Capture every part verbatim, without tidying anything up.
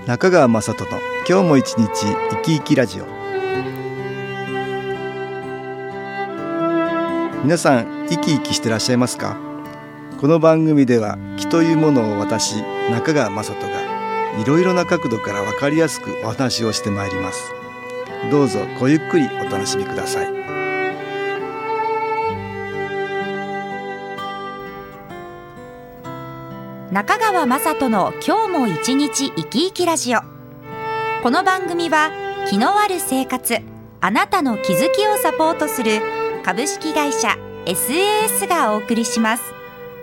中川雅人の今日も一日生き生きラジオ。皆さん生き生きしてらっしゃいますか？この番組では気というものを私中川雅人がいろいろな角度から分かりやすくお話をしてまいります。どうぞごゆっくりお楽しみください。 中川雅人の今日も一日生き生きラジオ。この番組は気のある生活、あなたの気づきをサポートする株式会社 エスエーエス がお送りします。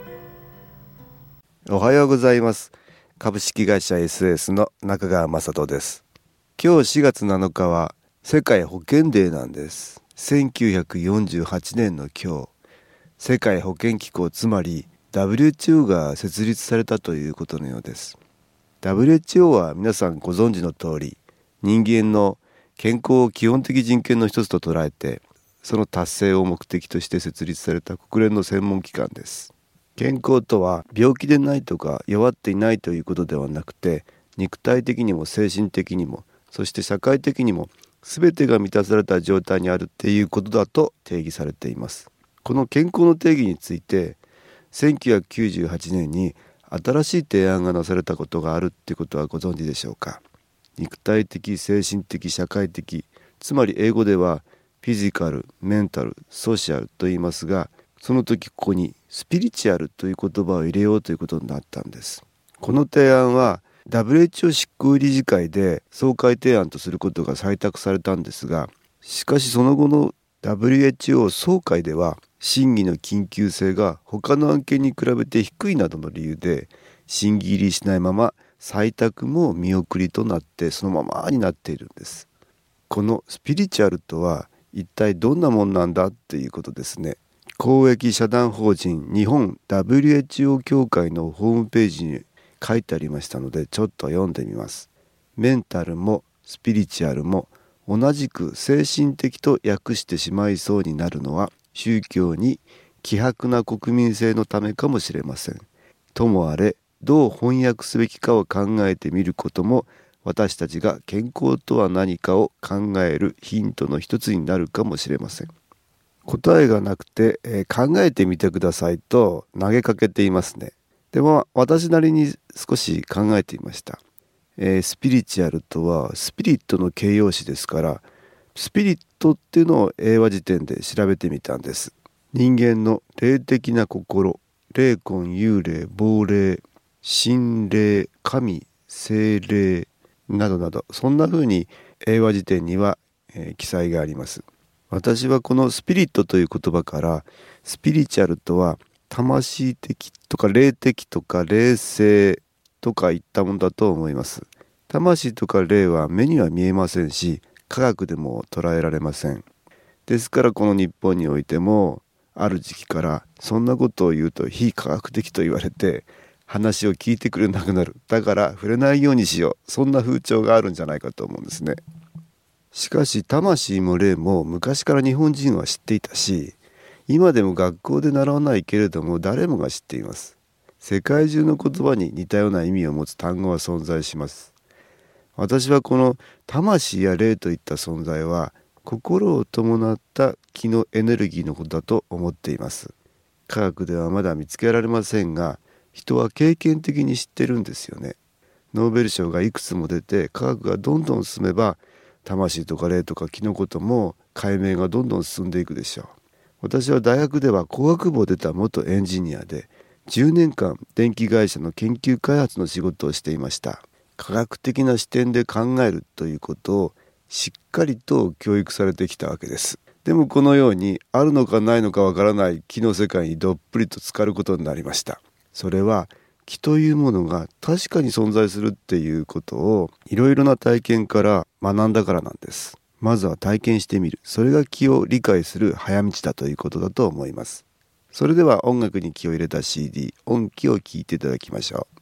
おはようございます。株式会社 エスエーエス の中川雅人です。今日しがつなのかは世界保健デーなんです。せんきゅうひゃくよんじゅうはちねんの今日、世界保健機構、つまりダブリューエイチオー が設立されたということのようです。 ダブリューエイチオー は皆さんご存知の通り、人間の健康を基本的人権の一つと捉えて、その達成を目的として設立された国連の専門機関です。健康とは病気でないとか弱っていないということではなくて、肉体的にも精神的にも、そして社会的にも全てが満たされた状態にあるっていうことだと定義されています。この健康の定義についてせんきゅうひゃくきゅうじゅうはちねんに新しい提案がなされたことがあるってことはご存知でしょうか。肉体的、精神的、社会的、つまり英語ではフィジカル、メンタル、ソーシャルと言いますが、その時ここにスピリチュアルという言葉を入れようということになったんです。この提案は ダブリューエイチオー 執行理事会で総会提案とすることが採択されたんですが、しかしその後の ダブリューエイチオー 総会では審議の緊急性が他の案件に比べて低いなどの理由で審議入りしないまま採択も見送りとなって、そのままになっているんです。このスピリチュアルとは一体どんなもんなんだっていうことですね。公益社団法人日本 ダブリューエイチオー 協会のホームページに書いてありましたので、ちょっと読んでみます。メンタルもスピリチュアルも同じく精神的と訳してしまいそうになるのは宗教に希薄な国民性のためかもしれません。ともあれ、どう翻訳すべきかを考えてみることも、私たちが健康とは何かを考えるヒントの一つになるかもしれません。答えがなくて、えー、考えてみてくださいと投げかけていますね。でも私なりに少し考えてみました。えー、スピリチュアルとはスピリットの形容詞ですから、スピリットっていうのを英和辞典で調べてみたんです。人間の霊的な心、霊魂、幽霊、亡霊、心霊、神、精霊などなど、そんな風に英和辞典には、えー、記載があります。私はこのスピリットという言葉から、スピリチュアルとは魂的とか霊的とか霊性とかいったものだと思います。魂とか霊は目には見えませんし、科学でも捉えられません。ですからこの日本においても、ある時期からそんなことを言うと非科学的と言われて、話を聞いてくれなくなる。だから触れないようにしよう。そんな風潮があるんじゃないかと思うんですね。しかし魂も霊も昔から日本人は知っていたし、今でも学校で習わないけれども誰もが知っています。世界中の言葉に似たような意味を持つ単語は存在します。私はこの魂や霊といった存在は心を伴った気のエネルギーのことだと思っています。科学ではまだ見つけられませんが、人は経験的に知ってるんですよね。ノーベル賞がいくつも出て科学がどんどん進めば、魂とか霊とか気のことも解明がどんどん進んでいくでしょう。私は大学では工学部を出た元エンジニアで、じゅうねんかん電気会社の研究開発の仕事をしていました。科学的な視点で考えるということをしっかりと教育されてきたわけです。でもこのようにあるのかないのかわからない気の世界にどっぷりと浸かることになりました。それは気というものが確かに存在するっていうことをいろいろな体験から学んだからなんです。まずは体験してみる。それが気を理解する早道だということだと思います。それでは音楽に気を入れた シーディー 音気を聴いていただきましょう。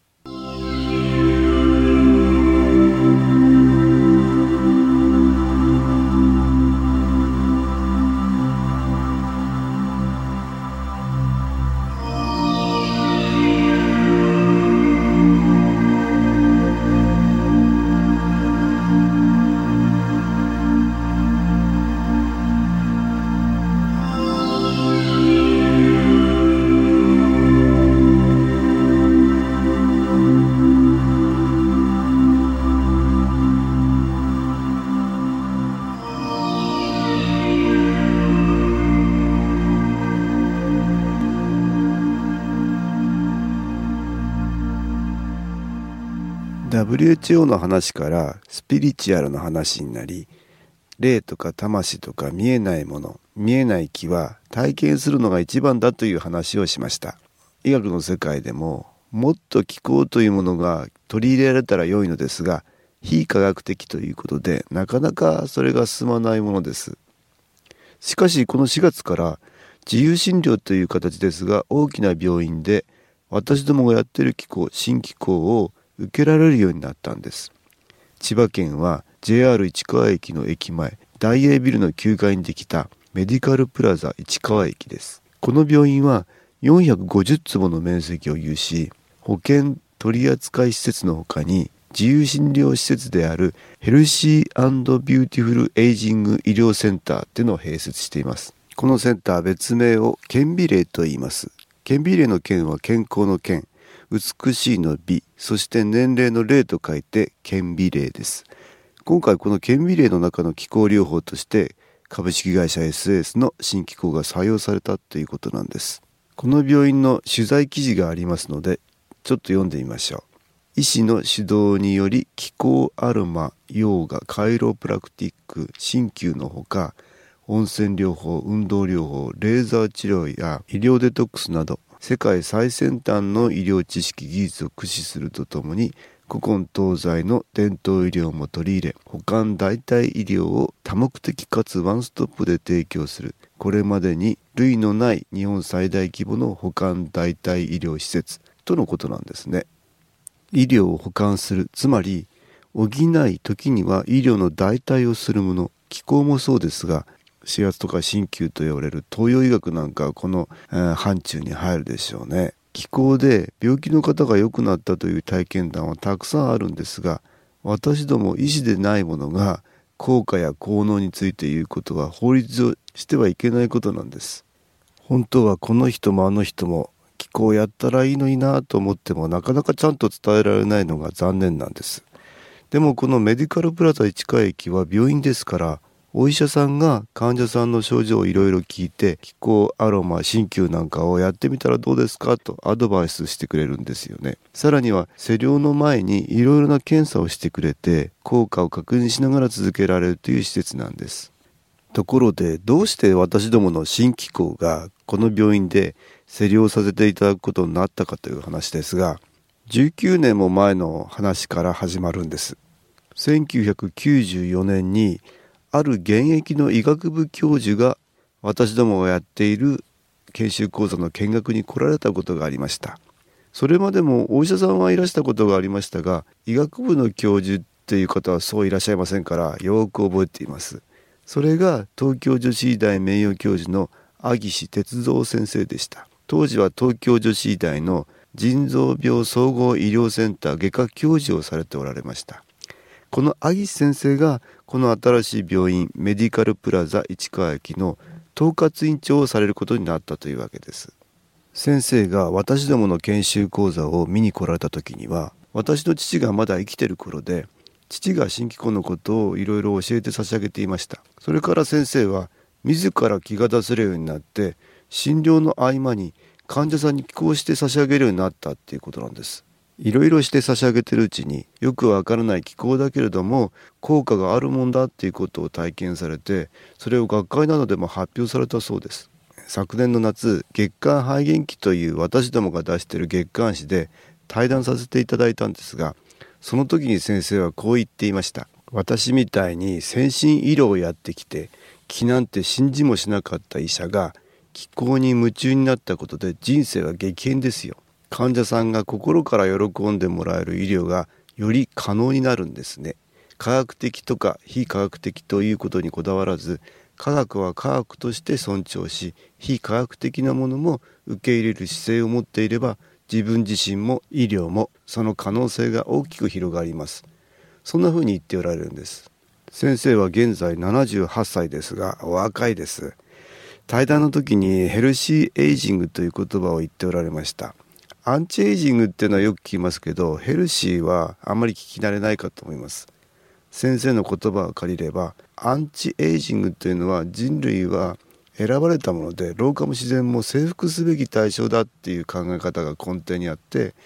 ダブリューエイチオー の話からスピリチュアルの話になり、霊とか魂とか見えないもの、見えない気は体験するのが一番だという話をしました。医学の世界でももっと気候というものが取り入れられたら良いのですが、非科学的ということでなかなかそれが進まないものです。しかしこのしがつから自由診療という形ですが、大きな病院で私どもがやっている機構、新機構を受けられるようになったんです。千葉県は ジェイアール 市川駅の駅前、大英ビルのきゅうかいにできたメディカルプラザ市川駅です。この病院はよんひゃくごじゅっつぼの面積を有し、保健取扱施設の他に自由診療施設であるヘルシー&ビューティフルエイジング医療センターというのを併設しています。このセンター、別名を健美霊と言います。健美霊の健は健康の健、美しいの美、そして年齢の霊と書いて健美霊です。今回この健美霊の中の気候療法として株式会社 エスエス の新機構が採用されたということなんです。この病院の取材記事がありますのでちょっと読んでみましょう。医師の指導により気候アロマ、ヨーガ、カイロプラクティック、鍼灸のほか温泉療法、運動療法、レーザー治療や医療デトックスなど世界最先端の医療知識技術を駆使するとともに古今東西の伝統医療も取り入れ、補完代替医療を多目的かつワンストップで提供する、これまでに類のない日本最大規模の補完代替医療施設とのことなんですね。医療を補完する、つまり補い時には医療の代替をするもの、気候もそうですが、指圧とか鍼灸と言われる東洋医学なんかはこの、えー、範疇に入るでしょうね。気候で病気の方が良くなったという体験談はたくさんあるんですが、私ども医師でないものが効果や効能について言うことは法律上してはいけないことなんです。本当はこの人もあの人も気候やったらいいのになと思ってもなかなかちゃんと伝えられないのが残念なんです。でもこのメディカルプラザ市川駅は病院ですから、お医者さんが患者さんの症状をいろいろ聞いて、気候アロマ、鍼灸なんかをやってみたらどうですかとアドバイスしてくれるんですよね。さらには施療の前にいろいろな検査をしてくれて、効果を確認しながら続けられるという施設なんです。ところで、どうして私どもの新機構がこの病院で施療させていただくことになったかという話ですが、じゅうきゅうねんも前の話から始まるんです。せんきゅうひゃくきゅうじゅうよねんにある現役の医学部教授が私どもがやっている研修講座の見学に来られたことがありました。それまでもお医者さんはいらしたことがありましたが、医学部の教授っていう方はそういらっしゃいませんから、よく覚えています。それが東京女子医大名誉教授の阿岸哲三先生でした。当時は東京女子医大の腎臓病総合医療センター外科教授をされておられました。この阿岸先生がこの新しい病院メディカルプラザ市川駅の統括院長をされることになったというわけです。先生が私どもの研修講座を見に来られた時には、私の父がまだ生きてる頃で、父が新機構のことをいろいろ教えて差し上げていました。それから先生は自ら気が出せるようになって、診療の合間に患者さんに寄稿して差し上げるようになったっていうことなんです。いろいろして差し上げてるうちに、よくわからない気候だけれども効果があるもんだっていうことを体験されて、それを学会などでも発表されたそうです。昨年の夏、月刊肺元気という私どもが出している月刊誌で対談させていただいたんですが、その時に先生はこう言っていました。私みたいに先進医療をやってきて気なんて信じもしなかった医者が気候に夢中になったことで人生は激変ですよ。患者さんが心から喜んでもらえる医療がより可能になるんですね。科学的とか非科学的ということにこだわらず、科学は科学として尊重し、非科学的なものも受け入れる姿勢を持っていれば、自分自身も医療もその可能性が大きく広がります。そんなふうに言っておられるんです。先生は現在ななじゅうはっさいですが、お若いです。対談の時にヘルシーエイジングという言葉を言っておられました。アンチエイジングっていうのはよく聞きますけど、ヘルシーはあまり聞き慣れないかと思います。先生の言葉を借りれば、アンチエイジングというのは人類は選ばれたもので、老化も自然も征服すべき対象だっていう考え方が根底にあって、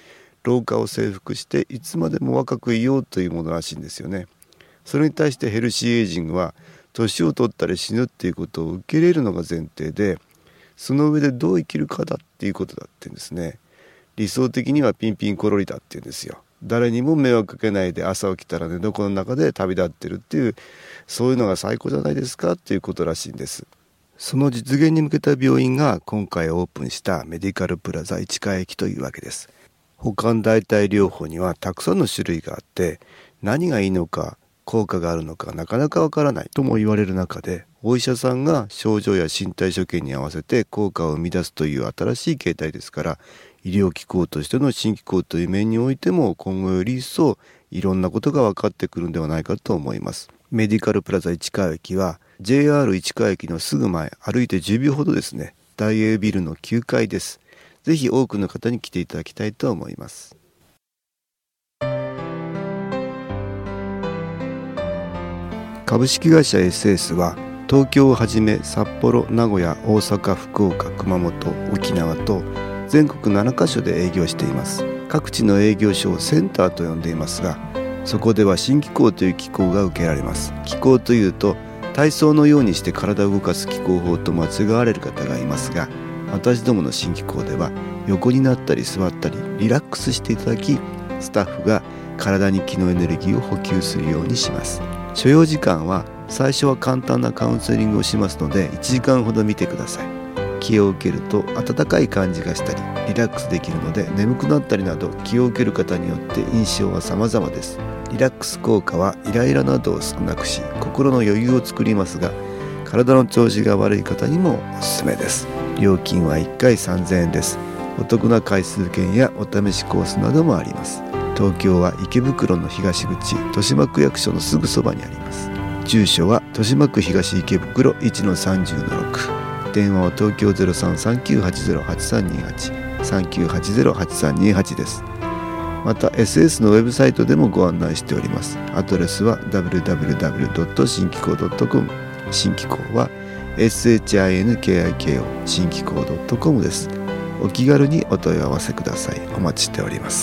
老化を征服していつまでも若くいようというものらしいんですよね。それに対してヘルシーエイジングは年を取ったり死ぬっていうことを受け入れるのが前提で、その上でどう生きるかだっていうことだってんですね。理想的にはピンピンコロリだっていうんですよ。誰にも迷惑かけないで朝起きたら寝床の中で旅立ってるっていう、そういうのが最高じゃないですかっていうことらしいんです。その実現に向けた病院が今回オープンしたメディカルプラザ市川駅というわけです。保管代替療法にはたくさんの種類があって、何がいいのか効果があるのかなかなかわからないとも言われる中で、お医者さんが症状や身体所見に合わせて効果を生み出すという新しい形態ですから、医療機構としての新機構という面においても今後より一層いろんなことが分かってくるんではないかと思います。メディカルプラザ市川駅は ジェイアール 市川駅のすぐ前、歩いてじゅうびょうほどですね。大英ビルのきゅうかいです。ぜひ多くの方に来ていただきたいと思います。株式会社 エスエス は東京をはじめ札幌、名古屋、大阪、福岡、熊本、沖縄と全国ななかしょで営業しています。各地の営業所をセンターと呼んでいますが、そこでは新機構という機構が受けられます。機構というと体操のようにして体を動かす機構法と間違われる方がいますが、私どもの新機構では横になったり座ったりリラックスしていただき、スタッフが体に気のエネルギーを補給するようにします。所要時間は最初は簡単なカウンセリングをしますのでいちじかんほど見てください。気を受けると温かい感じがしたりリラックスできるので、眠くなったりなど気を受ける方によって印象は様々です。リラックス効果はイライラなどを少なくし、心の余裕を作りますが、体の調子が悪い方にもおすすめです。料金はいっかいさんぜんえんです。お得な回数券やお試しコースなどもあります。東京は池袋の東口、豊島区役所のすぐそばにあります。住所は豊島区東池袋 いちのさんじゅうのろく、電話は東京 ゼロさん さんきゅうはちゼロ はちさんにはち さんきゅうはちゼロ はちさんにはちです。また エスエス のウェブサイトでもご案内しております。アドレスは ダブリューダブリューダブリュードットシンキコードットコム、 新機構は エスエイチアイエヌケーアイケーオー 新機構 .com です。お気軽にお問い合わせください。お待ちしております。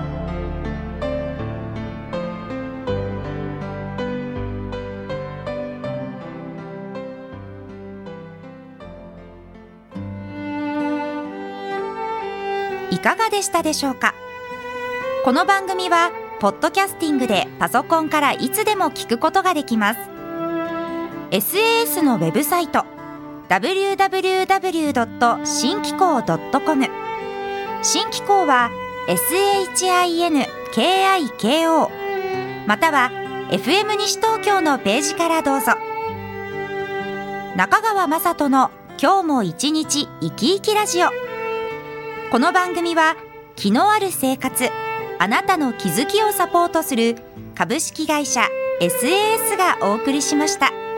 いかがでしたでしょうか。この番組はポッドキャスティングでパソコンからいつでも聞くことができます。 エスエーエス のウェブサイト ダブリューダブリューダブリュードットシンキコードットコム、 新機構は エスエイチアイエヌケーアイケーオー または エフエム 西東京のページからどうぞ。中川雅人の今日も一日生き生きラジオ。この番組は気のある生活、あなたの気づきをサポートする株式会社 エスエーエス がお送りしました。